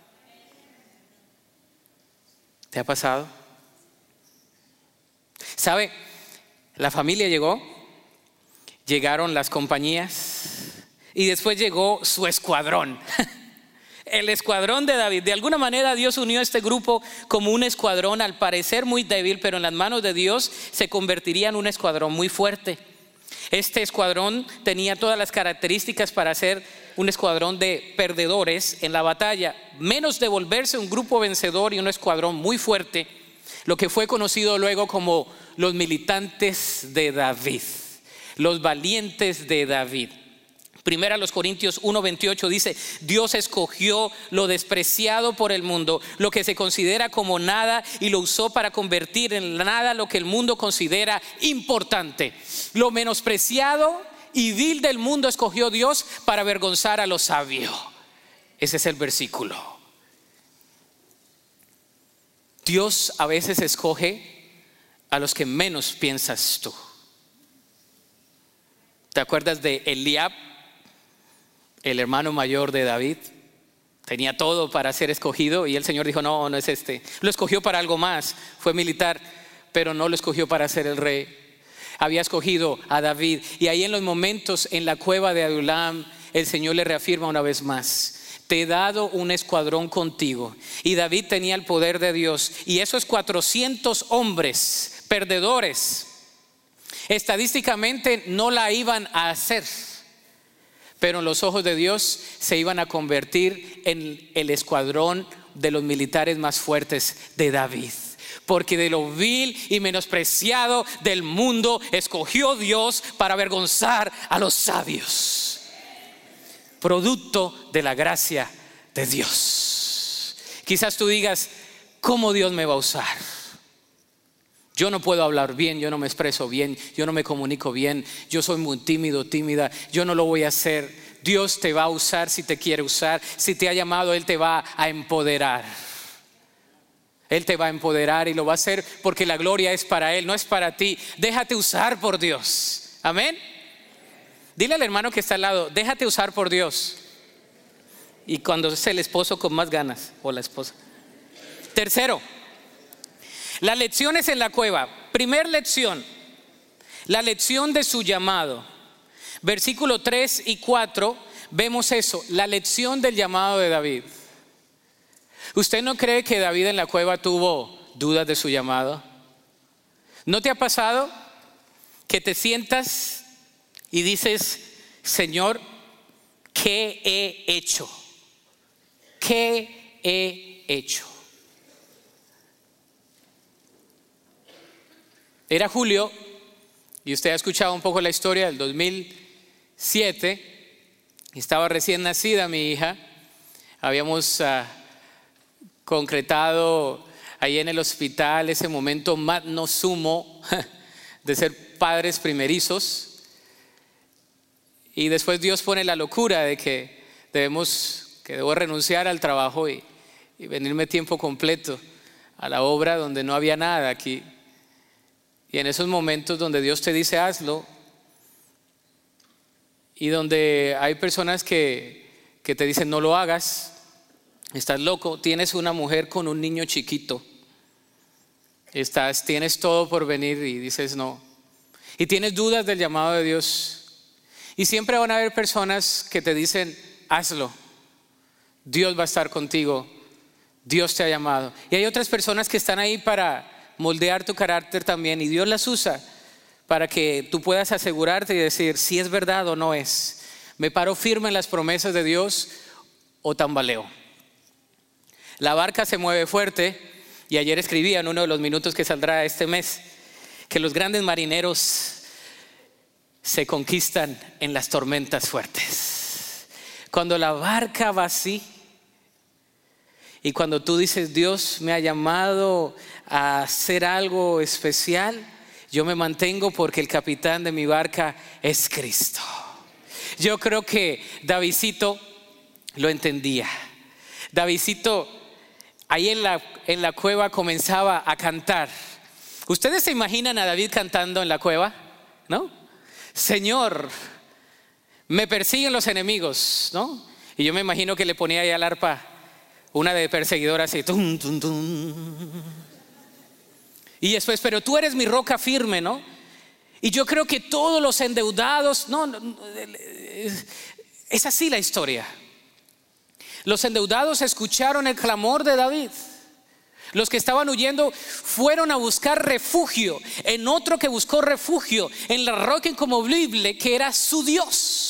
¿Te ha pasado? ¿Sabe? La familia llegó, llegaron las compañías y después llegó su escuadrón. El escuadrón de David. De alguna manera Dios unió este grupo como un escuadrón, al parecer muy débil, pero en las manos de Dios se convertiría en un escuadrón muy fuerte. Este escuadrón tenía todas las características para ser un escuadrón de perdedores en la batalla, menos de volverse un grupo vencedor y un escuadrón muy fuerte, lo que fue conocido luego como los militantes de David, los valientes de David. Primera a los Corintios uno veintiocho dice, Dios escogió lo despreciado por el mundo, lo que se considera como nada, y lo usó para convertir en nada lo que el mundo considera importante. Lo menospreciado y vil del mundo escogió Dios para avergonzar a lo sabio. Ese es el versículo. Dios a veces escoge a los que menos piensas tú. ¿Te acuerdas de Eliab? El hermano mayor de David, tenía todo para ser escogido y el Señor dijo, no, no es este. Lo escogió para algo más, fue militar, pero no lo escogió para ser el rey. Había escogido a David y ahí en los momentos en la cueva de Adulam, el Señor le reafirma una vez más, te he dado un escuadrón contigo. Y David tenía el poder de Dios y esos cuatrocientos hombres perdedores estadísticamente no la iban a hacer, pero en los ojos de Dios se iban a convertir en el escuadrón de los militares más fuertes de David. Porque de lo vil y menospreciado del mundo escogió Dios para avergonzar a los sabios. Producto de la gracia de Dios. Quizás tú digas, ¿cómo Dios me va a usar? Yo no puedo hablar bien, yo no me expreso bien, yo no me comunico bien, yo soy muy tímido, tímida, yo no lo voy a hacer. Dios te va a usar si te quiere usar. Si te ha llamado, Él te va a empoderar. Él te va a empoderar y lo va a hacer porque la gloria es para Él, no es para ti. Déjate usar por Dios. Amén. Dile al hermano que está al lado, déjate usar por Dios. Y cuando es el esposo, con más ganas, o la esposa. Tercero, las lecciones en la cueva. Primer lección, la lección de su llamado. Versículo tres y cuatro, vemos eso, la lección del llamado de David. ¿Usted no cree que David en la cueva tuvo dudas de su llamado? ¿No te ha pasado que te sientas y dices, Señor, ¿qué he hecho? ¿Qué he hecho? Era julio y usted ha escuchado un poco la historia del dos mil siete. Estaba recién nacida mi hija. Habíamos uh, concretado ahí en el hospital ese momento magno sumo de ser padres primerizos. Y después Dios pone la locura de que debemos, que debo renunciar al trabajo y, y venirme tiempo completo a la obra donde no había nada aquí. Y en esos momentos donde Dios te dice hazlo, y donde hay personas que, que te dicen no lo hagas, estás loco, tienes una mujer con un niño chiquito, estás, tienes todo por venir y dices no, y tienes dudas del llamado de Dios, y siempre van a haber personas que te dicen hazlo, Dios va a estar contigo, Dios te ha llamado. Y hay otras personas que están ahí para moldear tu carácter también, y Dios las usa para que tú puedas asegurarte y decir si es verdad o no es. Me paro firme en las promesas de Dios o tambaleo. La barca se mueve fuerte, y ayer escribía en uno de los minutos que saldrá este mes que los grandes marineros se conquistan en las tormentas fuertes. Cuando la barca va así, y cuando tú dices Dios me ha llamado a hacer algo especial, yo me mantengo porque el capitán de mi barca es Cristo. Yo creo que Davidcito lo entendía. Davidcito ahí en la, en la cueva comenzaba a cantar. ¿Ustedes se imaginan a David cantando en la cueva? ¿No? Señor, me persiguen los enemigos, ¿no? Y yo me imagino que le ponía ahí al arpa una de perseguidora así, tum, tum, tum. Y después, pero tú eres mi roca firme, ¿no? Y yo creo que todos los endeudados, no, no, es así la historia. Los endeudados escucharon el clamor de David. Los que estaban huyendo fueron a buscar refugio en otro que buscó refugio en la roca inconmovible que era su Dios.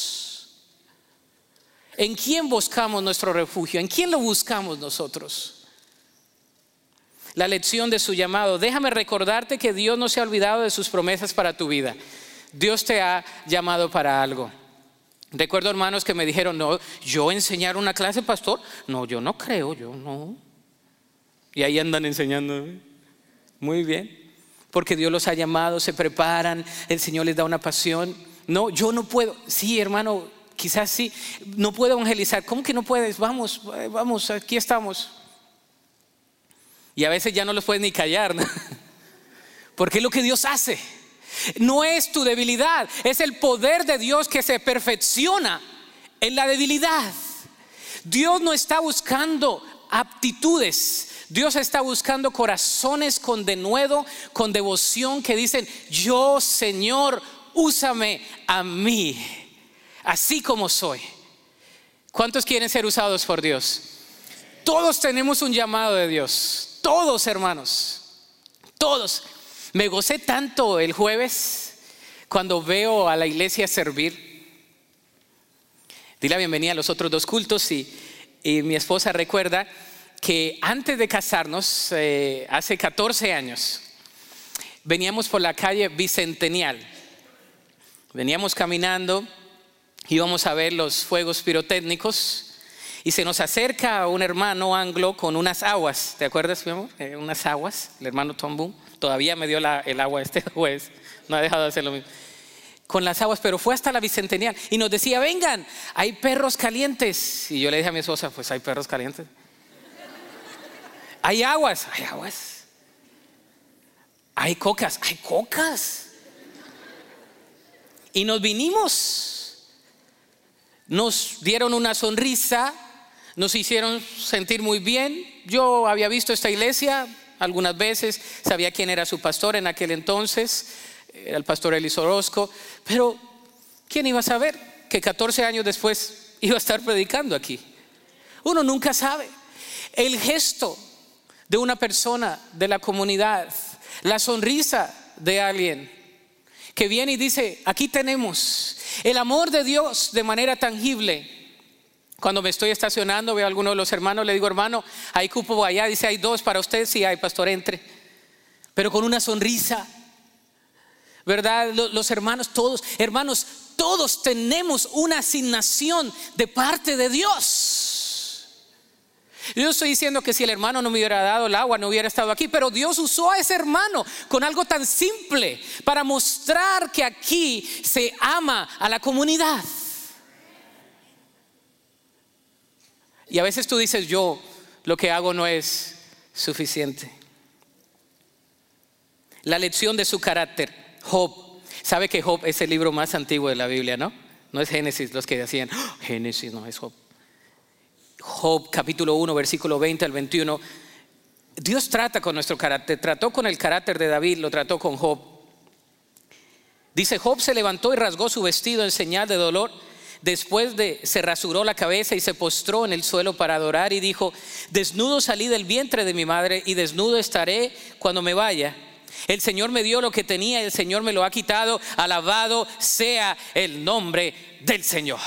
¿En quién buscamos nuestro refugio? ¿En quién lo buscamos nosotros? La lección de su llamado. Déjame recordarte que Dios no se ha olvidado de sus promesas para tu vida. Dios te ha llamado para algo. Recuerdo hermanos que me dijeron, no, yo enseñar una clase, pastor, no, yo no creo, yo no. Y ahí andan enseñando. Muy bien, porque Dios los ha llamado, se preparan, el Señor les da una pasión. No, yo no puedo. Sí, hermano, quizás sí, no puedo evangelizar. ¿Cómo que no puedes? Vamos, vamos, aquí estamos. Y a veces ya no los puedes ni callar, ¿no? Porque es lo que Dios hace. No es tu debilidad, es el poder de Dios que se perfecciona en la debilidad. Dios no está buscando aptitudes, Dios está buscando corazones con denuedo, con devoción, que dicen, yo Señor, úsame a mí, así como soy. ¿Cuántos quieren ser usados por Dios? Todos tenemos un llamado de Dios, todos hermanos, todos. Me gocé tanto el jueves cuando veo a la iglesia servir. Di la bienvenida a los otros dos cultos y, y mi esposa recuerda que antes de casarnos, eh, hace catorce años, veníamos por la calle Bicentennial. Veníamos caminando, íbamos a ver los fuegos pirotécnicos Y se nos acerca un hermano anglo con unas aguas. ¿Te acuerdas, mi amor? Eh, unas aguas, el hermano Tom Boom. Todavía me dio la, el agua este juez. No ha dejado de hacer lo mismo. Con las aguas, pero fue hasta la Bicentennial. Y nos decía, vengan, hay perros calientes. Y yo le dije a mi esposa, pues hay perros calientes. Hay aguas, hay aguas. Hay cocas, hay cocas. Y nos vinimos. Nos dieron una sonrisa. Nos hicieron sentir muy bien. Yo había visto esta iglesia algunas veces, sabía quién era su pastor en aquel entonces, era el pastor Elis Orozco, pero ¿quién iba a saber que catorce años después iba a estar predicando aquí? Uno nunca sabe. El gesto de una persona de la comunidad, la sonrisa de alguien que viene y dice, aquí tenemos el amor de Dios de manera tangible. Cuando me estoy estacionando, veo a alguno de los hermanos, le digo, hermano, hay cupo allá, dice, hay dos para usted, sí hay, pastor, entre. Pero con una sonrisa, ¿verdad? Los hermanos, todos, hermanos, todos tenemos una asignación de parte de Dios. Yo estoy diciendo que si el hermano no me hubiera dado el agua, no hubiera estado aquí, pero Dios usó a ese hermano con algo tan simple para mostrar que aquí se ama a la comunidad. Y a veces tú dices, yo lo que hago no es suficiente. La lección de su carácter. Job, sabe que Job es el libro más antiguo de la Biblia, ¿no? No es Génesis, los que decían, oh, Génesis, no es Job. Job capítulo uno, versículo veinte al veintiuno. Dios trata con nuestro carácter, trató con el carácter de David, lo trató con Job. Dice, Job se levantó y rasgó su vestido en señal de dolor. Después de se rasuró la cabeza y se postró en el suelo para adorar y dijo, desnudo salí del vientre de mi madre y desnudo estaré cuando me vaya. El Señor me dio lo que tenía y el Señor me lo ha quitado. Alabado sea el nombre del Señor.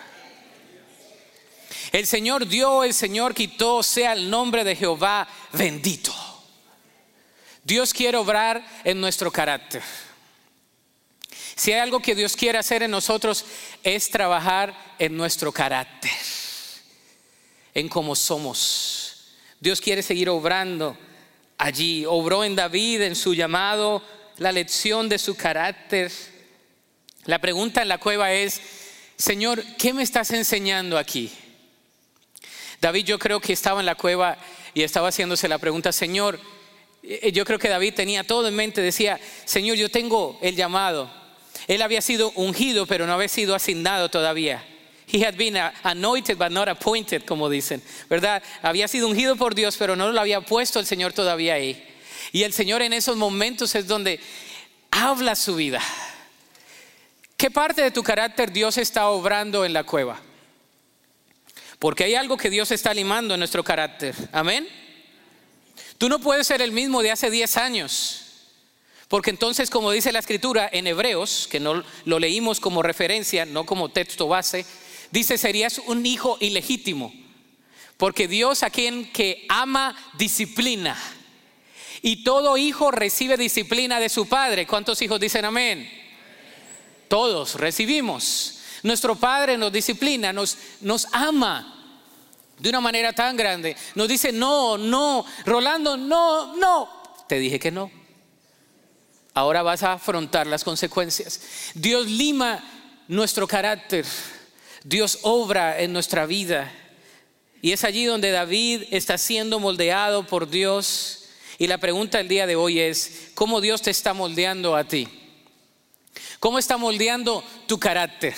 El Señor dio, el Señor quitó, sea el nombre de Jehová bendito. Dios quiere obrar en nuestro carácter. Si hay algo que Dios quiere hacer en nosotros, es trabajar en nuestro carácter, en cómo somos. Dios quiere seguir obrando allí. Obró en David, en su llamado, la lección de su carácter. La pregunta en la cueva es, Señor, ¿qué me estás enseñando aquí? David, yo creo que estaba en la cueva y estaba haciéndose la pregunta, Señor, yo creo que David tenía todo en mente, decía, Señor, yo tengo el llamado. Él había sido ungido, pero no había sido asignado todavía. He had been anointed but not appointed, como dicen, ¿verdad? Había sido ungido por Dios, pero no lo había puesto el Señor todavía ahí. Y el Señor en esos momentos es donde habla su vida. ¿Qué parte de tu carácter Dios está obrando en la cueva? Porque hay algo que Dios está limando en nuestro carácter. Amén. Tú no puedes ser el mismo de hace diez años. Porque entonces, como dice la escritura en Hebreos, que no lo leímos como referencia, no como texto base, dice, serías un hijo ilegítimo. Porque Dios, a quien que ama, disciplina. Y todo hijo recibe disciplina de su padre. ¿Cuántos hijos dicen amén? Todos recibimos. Nuestro Padre nos disciplina, nos, nos ama de una manera tan grande. Nos dice, no, no, Rolando, no, no. Te dije que no. Ahora vas a afrontar las consecuencias. Dios lima nuestro carácter. Dios obra en nuestra vida. Y es allí donde David está siendo moldeado por Dios. Y la pregunta del día de hoy es, ¿cómo Dios te está moldeando a ti? ¿Cómo está moldeando tu carácter?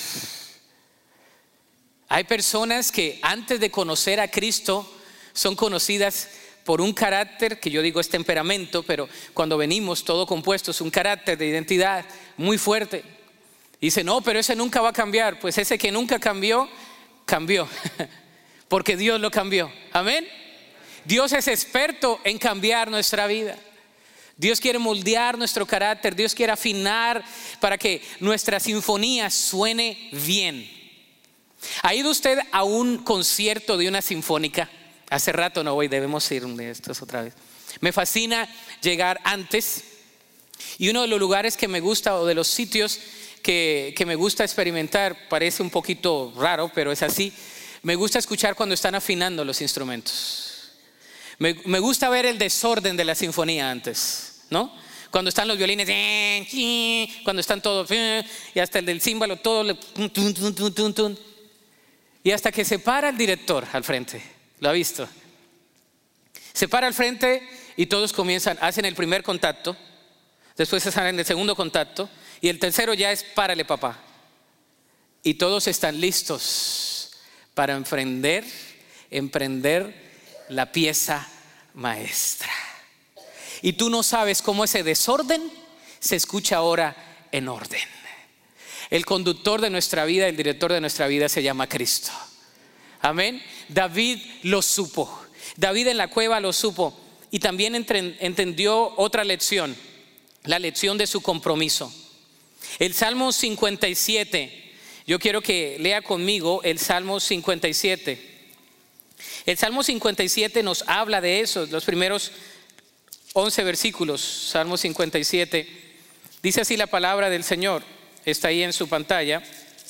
Hay personas que antes de conocer a Cristo son conocidas por un carácter que yo digo es temperamento, pero cuando venimos todo compuesto es un carácter de identidad muy fuerte. Dice, no, pero ese nunca va a cambiar. Pues ese que nunca cambió, cambió. Porque Dios lo cambió. Amén. Dios es experto en cambiar nuestra vida. Dios quiere moldear nuestro carácter. Dios quiere afinar para que nuestra sinfonía suene bien. ¿Ha ido usted a un concierto de una sinfónica? Hace rato no voy, debemos ir de estos otra vez. Me fascina llegar antes. Y uno de los lugares que me gusta, o de los sitios que, que me gusta experimentar, parece un poquito raro, pero es así. Me gusta escuchar cuando están afinando los instrumentos. Me, me gusta ver el desorden de la sinfonía antes, ¿no? Cuando están los violines, cuando están todos, y hasta el del címbalo, todo le, y hasta que se para el director al frente. ¿Lo ha visto? Se para al frente y todos comienzan, hacen el primer contacto, después se salen el segundo contacto y el tercero ya es párale papá. Y todos están listos para emprender, emprender la pieza maestra. Y tú no sabes cómo ese desorden se escucha ahora en orden. El conductor de nuestra vida, el director de nuestra vida se llama Cristo. Amén. David lo supo. David en la cueva lo supo. Y también entendió otra lección, la lección de su compromiso. El Salmo cincuenta y siete, yo quiero que lea conmigo el Salmo cincuenta y siete. El Salmo cincuenta y siete nos habla de eso, los primeros once versículos. Salmo cincuenta y siete, dice así la palabra del Señor, está ahí en su pantalla.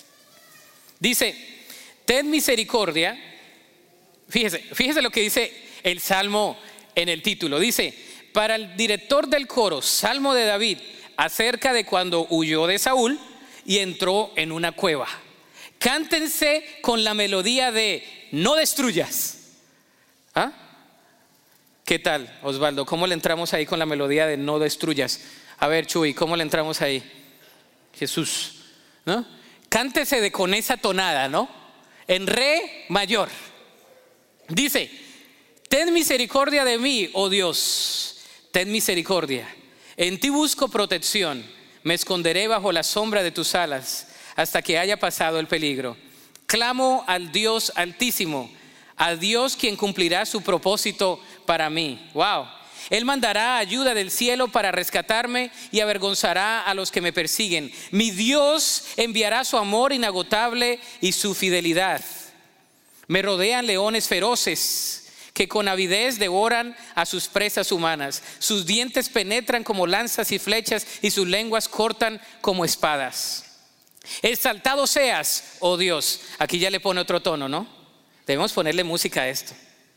Dice: ten misericordia. Fíjese, fíjese lo que dice el Salmo en el título. Dice: para el director del coro, Salmo de David, acerca de cuando huyó de Saúl y entró en una cueva. Cántense con la melodía de no destruyas. ¿Ah? ¿Qué tal, Osvaldo? ¿Cómo le entramos ahí con la melodía de no destruyas? A ver, Chuy, ¿cómo le entramos ahí? Jesús, ¿no? Cántese de con esa tonada, ¿no? En re mayor. Dice: ten misericordia de mí, oh Dios, ten misericordia. En ti busco protección, me esconderé bajo la sombra de tus alas hasta que haya pasado el peligro. Clamo al Dios Altísimo, a Dios quien cumplirá su propósito para mí. Wow. Él mandará ayuda del cielo para rescatarme y avergonzará a los que me persiguen. Mi Dios enviará su amor inagotable y su fidelidad. Me rodean leones feroces que con avidez devoran a sus presas humanas. Sus dientes penetran como lanzas y flechas y sus lenguas cortan como espadas. Exaltado seas, oh Dios. Aquí ya le pone otro tono, ¿no? Debemos ponerle música a esto.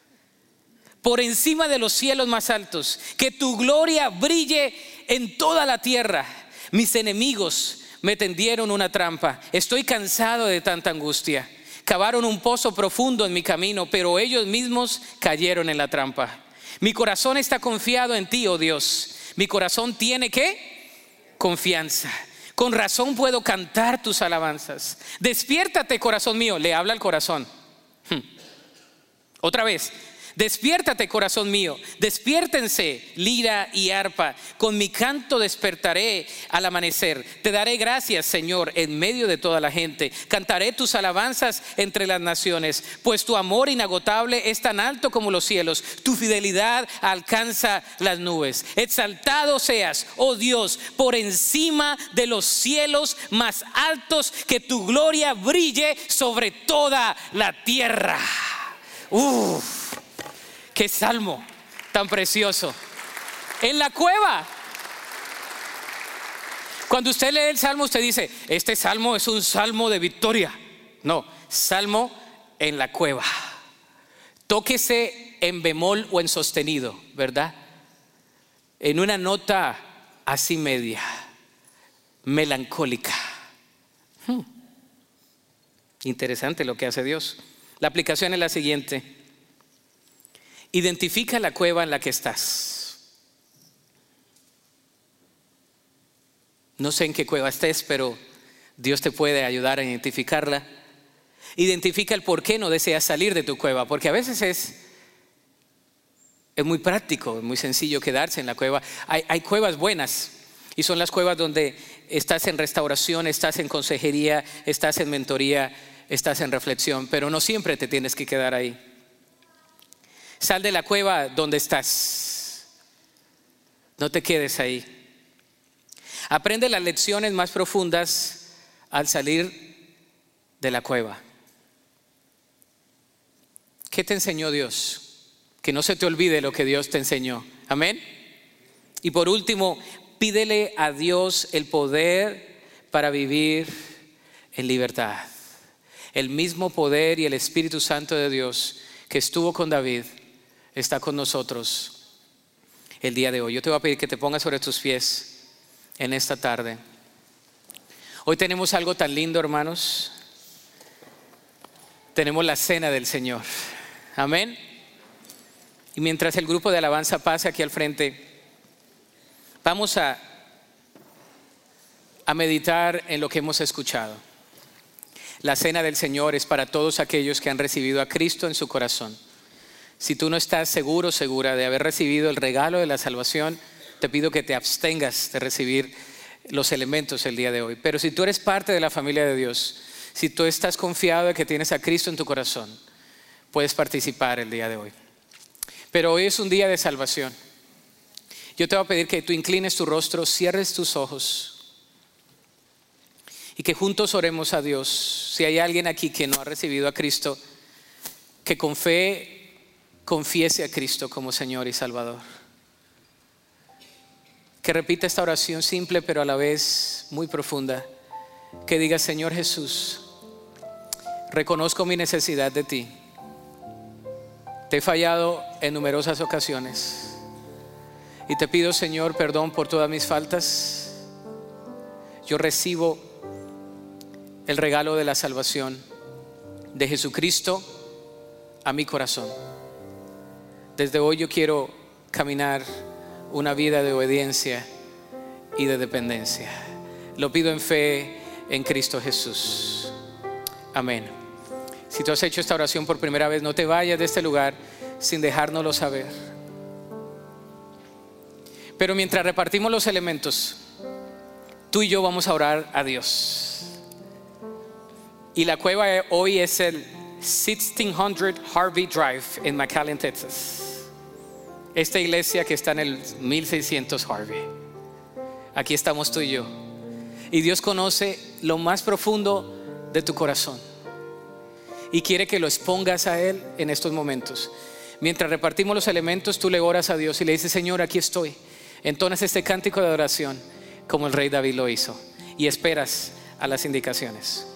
Por encima de los cielos más altos, que tu gloria brille en toda la tierra. Mis enemigos me tendieron una trampa. Estoy cansado de tanta angustia. Cavaron un pozo profundo en mi camino, pero ellos mismos cayeron en la trampa. Mi corazón está confiado en ti, oh Dios. Mi corazón tiene ¿qué? Confianza. Con razón puedo cantar tus alabanzas. Despiértate, corazón mío. Le habla al corazón. Hmm. Otra vez. Despiértate, corazón mío, despiértense, lira y arpa. Con mi canto despertaré al amanecer. Te daré gracias, Señor, en medio de toda la gente. Cantaré tus alabanzas entre las naciones, pues tu amor inagotable es tan alto como los cielos. Tu fidelidad alcanza las nubes. Exaltado seas, oh Dios, por encima de los cielos más altos. Que tu gloria brille sobre toda la tierra. Uff. Qué salmo tan precioso. En la cueva. Cuando usted lee el salmo, usted dice: este salmo es un salmo de victoria. No, salmo en la cueva. Tóquese en bemol o en sostenido, ¿verdad? En una nota así media, melancólica. Hmm. Interesante lo que hace Dios. La aplicación es la siguiente. Identifica la cueva en la que estás. No sé en qué cueva estés, pero Dios te puede ayudar a identificarla. Identifica el por qué no deseas salir de tu cueva, porque a veces es, es muy práctico, es muy sencillo quedarse en la cueva. Hay, hay cuevas buenas y son las cuevas donde estás en restauración, estás en consejería, estás en mentoría, estás en reflexión, pero no siempre te tienes que quedar ahí. Sal de la cueva donde estás. No te quedes ahí. Aprende las lecciones más profundas al salir de la cueva. ¿Qué te enseñó Dios? Que no se te olvide lo que Dios te enseñó. Amén. Y por último, pídele a Dios el poder para vivir en libertad. el mismo poder y el Espíritu Santo de Dios que estuvo con David está con nosotros el día de hoy. Yo te voy a pedir que te pongas sobre tus pies en esta tarde. Hoy tenemos algo tan lindo, hermanos. Tenemos la cena del Señor. Amén. Y mientras el grupo de alabanza pase aquí al frente, vamos a, a meditar en lo que hemos escuchado. La cena del Señor es para todos aquellos que han recibido a Cristo en su corazón. Si tú no estás seguro, segura de haber recibido el regalo de la salvación, te pido que te abstengas de recibir los elementos el día de hoy. Pero si tú eres parte de la familia de Dios, si tú estás confiado de que tienes a Cristo en tu corazón, puedes participar el día de hoy. Pero hoy es un día de salvación. Yo te voy a pedir que tú inclines tu rostro, cierres tus ojos y que juntos oremos a Dios. Si hay alguien aquí que no ha recibido a Cristo, que con fe confiese a Cristo como Señor y Salvador. Que repita esta oración simple pero a la vez muy profunda. Que diga: Señor Jesús, reconozco mi necesidad de ti. Te he fallado en numerosas ocasiones y te pido, Señor, perdón por todas mis faltas. Yo recibo el regalo de la salvación de Jesucristo a mi corazón. Desde hoy yo quiero caminar una vida de obediencia y de dependencia. Lo pido en fe en Cristo Jesús. Amén. Si tú has hecho esta oración por primera vez, no te vayas de este lugar sin dejárnoslo saber. Pero mientras repartimos los elementos, tú y yo vamos a orar a Dios. Y la cueva hoy es el dieciséis cien Harvey Drive en McAllen, Texas. Esta iglesia que está en el mil seiscientos Harvey. Aquí estamos tú y yo. Y Dios conoce lo más profundo de tu corazón y quiere que lo expongas a Él en estos momentos. Mientras repartimos los elementos, tú le oras a Dios y le dices: Señor, aquí estoy. Entonas este cántico de adoración como el rey David lo hizo y esperas a las indicaciones.